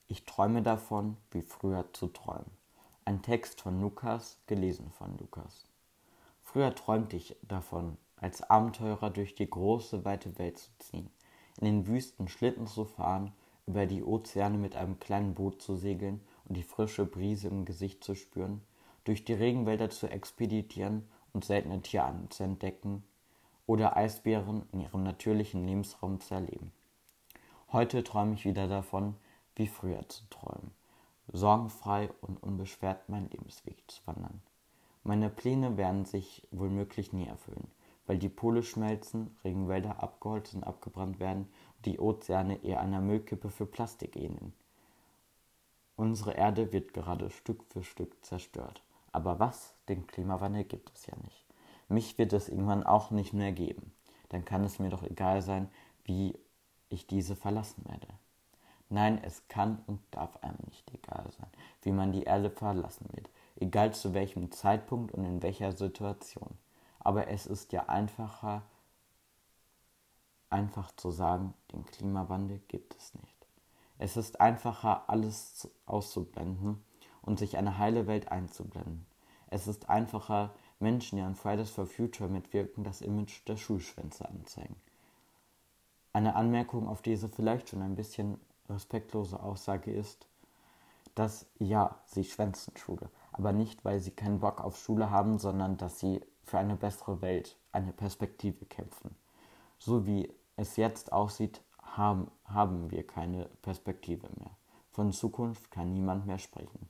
Ich träume davon, wie früher zu träumen. Ein Text von Lukas, gelesen von Lukas. Früher träumte ich davon, als Abenteurer durch die große, weite Welt zu ziehen, in den Wüsten Schlitten zu fahren, über die Ozeane mit einem kleinen Boot zu segeln und die frische Brise im Gesicht zu spüren, durch die Regenwälder zu expeditieren und seltene Tierarten zu entdecken oder Eisbären in ihrem natürlichen Lebensraum zu erleben. Heute träume ich wieder davon, wie früher zu träumen, sorgenfrei und unbeschwert meinen Lebensweg zu wandern. Meine Pläne werden sich womöglich nie erfüllen, weil die Pole schmelzen, Regenwälder abgeholzt und abgebrannt werden und die Ozeane eher einer Müllkippe für Plastik ähneln. Unsere Erde wird gerade Stück für Stück zerstört. Aber was? Den Klimawandel gibt es ja nicht. Mich wird es irgendwann auch nicht mehr geben. Dann kann es mir doch egal sein, wie ich diese verlassen werde. Nein, es kann und darf einem nicht egal sein, wie man die Erde verlassen wird, egal zu welchem Zeitpunkt und in welcher Situation. Aber es ist ja einfach zu sagen, den Klimawandel gibt es nicht. Es ist einfacher, alles auszublenden und sich eine heile Welt einzublenden. Es ist einfacher, Menschen, die an Fridays for Future mitwirken, das Image der Schulschwänze anzeigen. Eine Anmerkung auf diese vielleicht schon ein bisschen respektlose Aussage ist, dass ja, sie schwänzen Schule, aber nicht, weil sie keinen Bock auf Schule haben, sondern dass sie für eine bessere Welt, eine Perspektive kämpfen. So wie es jetzt aussieht, haben wir keine Perspektive mehr. Von Zukunft kann niemand mehr sprechen.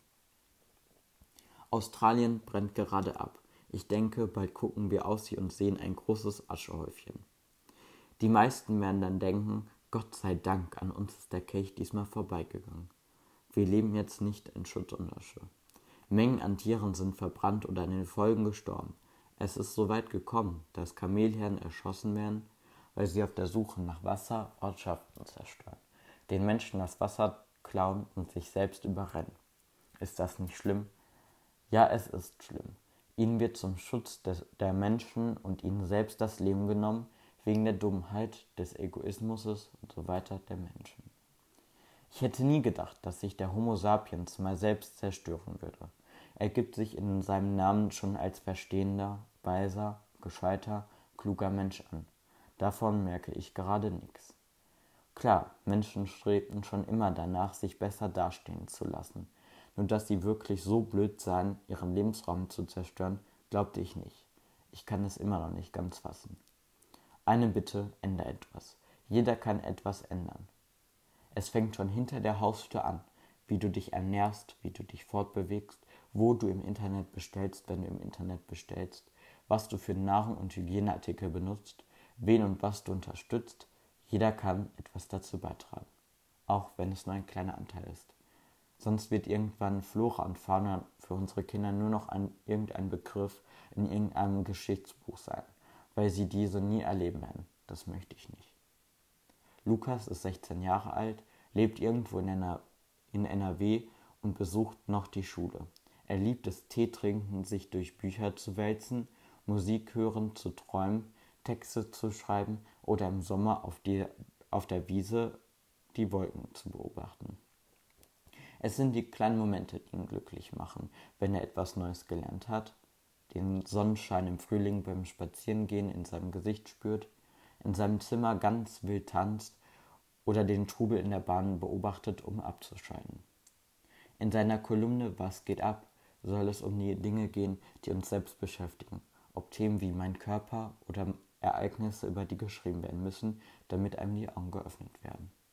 Australien brennt gerade ab. Ich denke, bald gucken wir aus hier und sehen ein großes Aschehäufchen. Die meisten werden dann denken, Gott sei Dank, an uns ist der Kelch diesmal vorbeigegangen. Wir leben jetzt nicht in Schutt und Asche. Mengen an Tieren sind verbrannt oder an den Folgen gestorben. Es ist so weit gekommen, dass Kamelherden erschossen werden, weil sie auf der Suche nach Wasser Ortschaften zerstören, den Menschen das Wasser klauen und sich selbst überrennen. Ist das nicht schlimm? Ja, es ist schlimm. Ihnen wird zum Schutz der Menschen und ihnen selbst das Leben genommen, wegen der Dummheit, des Egoismus und so weiter der Menschen. Ich hätte nie gedacht, dass sich der Homo sapiens mal selbst zerstören würde. Er gibt sich in seinem Namen schon als verstehender, weiser, gescheiter, kluger Mensch an. Davon merke ich gerade nichts. Klar, Menschen strebten schon immer danach, sich besser dastehen zu lassen. Nur dass sie wirklich so blöd seien, ihren Lebensraum zu zerstören, glaubte ich nicht. Ich kann es immer noch nicht ganz fassen. Eine Bitte, ändere etwas. Jeder kann etwas ändern. Es fängt schon hinter der Haustür an, wie du dich ernährst, wie du dich fortbewegst, wo du im Internet bestellst, wenn du im Internet bestellst, was du für Nahrung und Hygieneartikel benutzt, wen und was du unterstützt. Jeder kann etwas dazu beitragen, auch wenn es nur ein kleiner Anteil ist. Sonst wird irgendwann Flora und Fauna für unsere Kinder nur noch irgendein Begriff in irgendeinem Geschichtsbuch sein, weil sie diese nie erleben werden. Das möchte ich nicht. Lukas ist 16 Jahre alt, lebt irgendwo in NRW und besucht noch die Schule. Er liebt es, Tee trinken, sich durch Bücher zu wälzen, Musik hören, zu träumen, Texte zu schreiben oder im Sommer auf der Wiese die Wolken zu beobachten. Es sind die kleinen Momente, die ihn glücklich machen, wenn er etwas Neues gelernt hat, den Sonnenschein im Frühling beim Spazierengehen in seinem Gesicht spürt, in seinem Zimmer ganz wild tanzt oder den Trubel in der Bahn beobachtet, um abzuschalten. In seiner Kolumne Was geht ab? Soll es um die Dinge gehen, die uns selbst beschäftigen, ob Themen wie mein Körper oder Ereignisse, über die geschrieben werden müssen, damit einem die Augen geöffnet werden.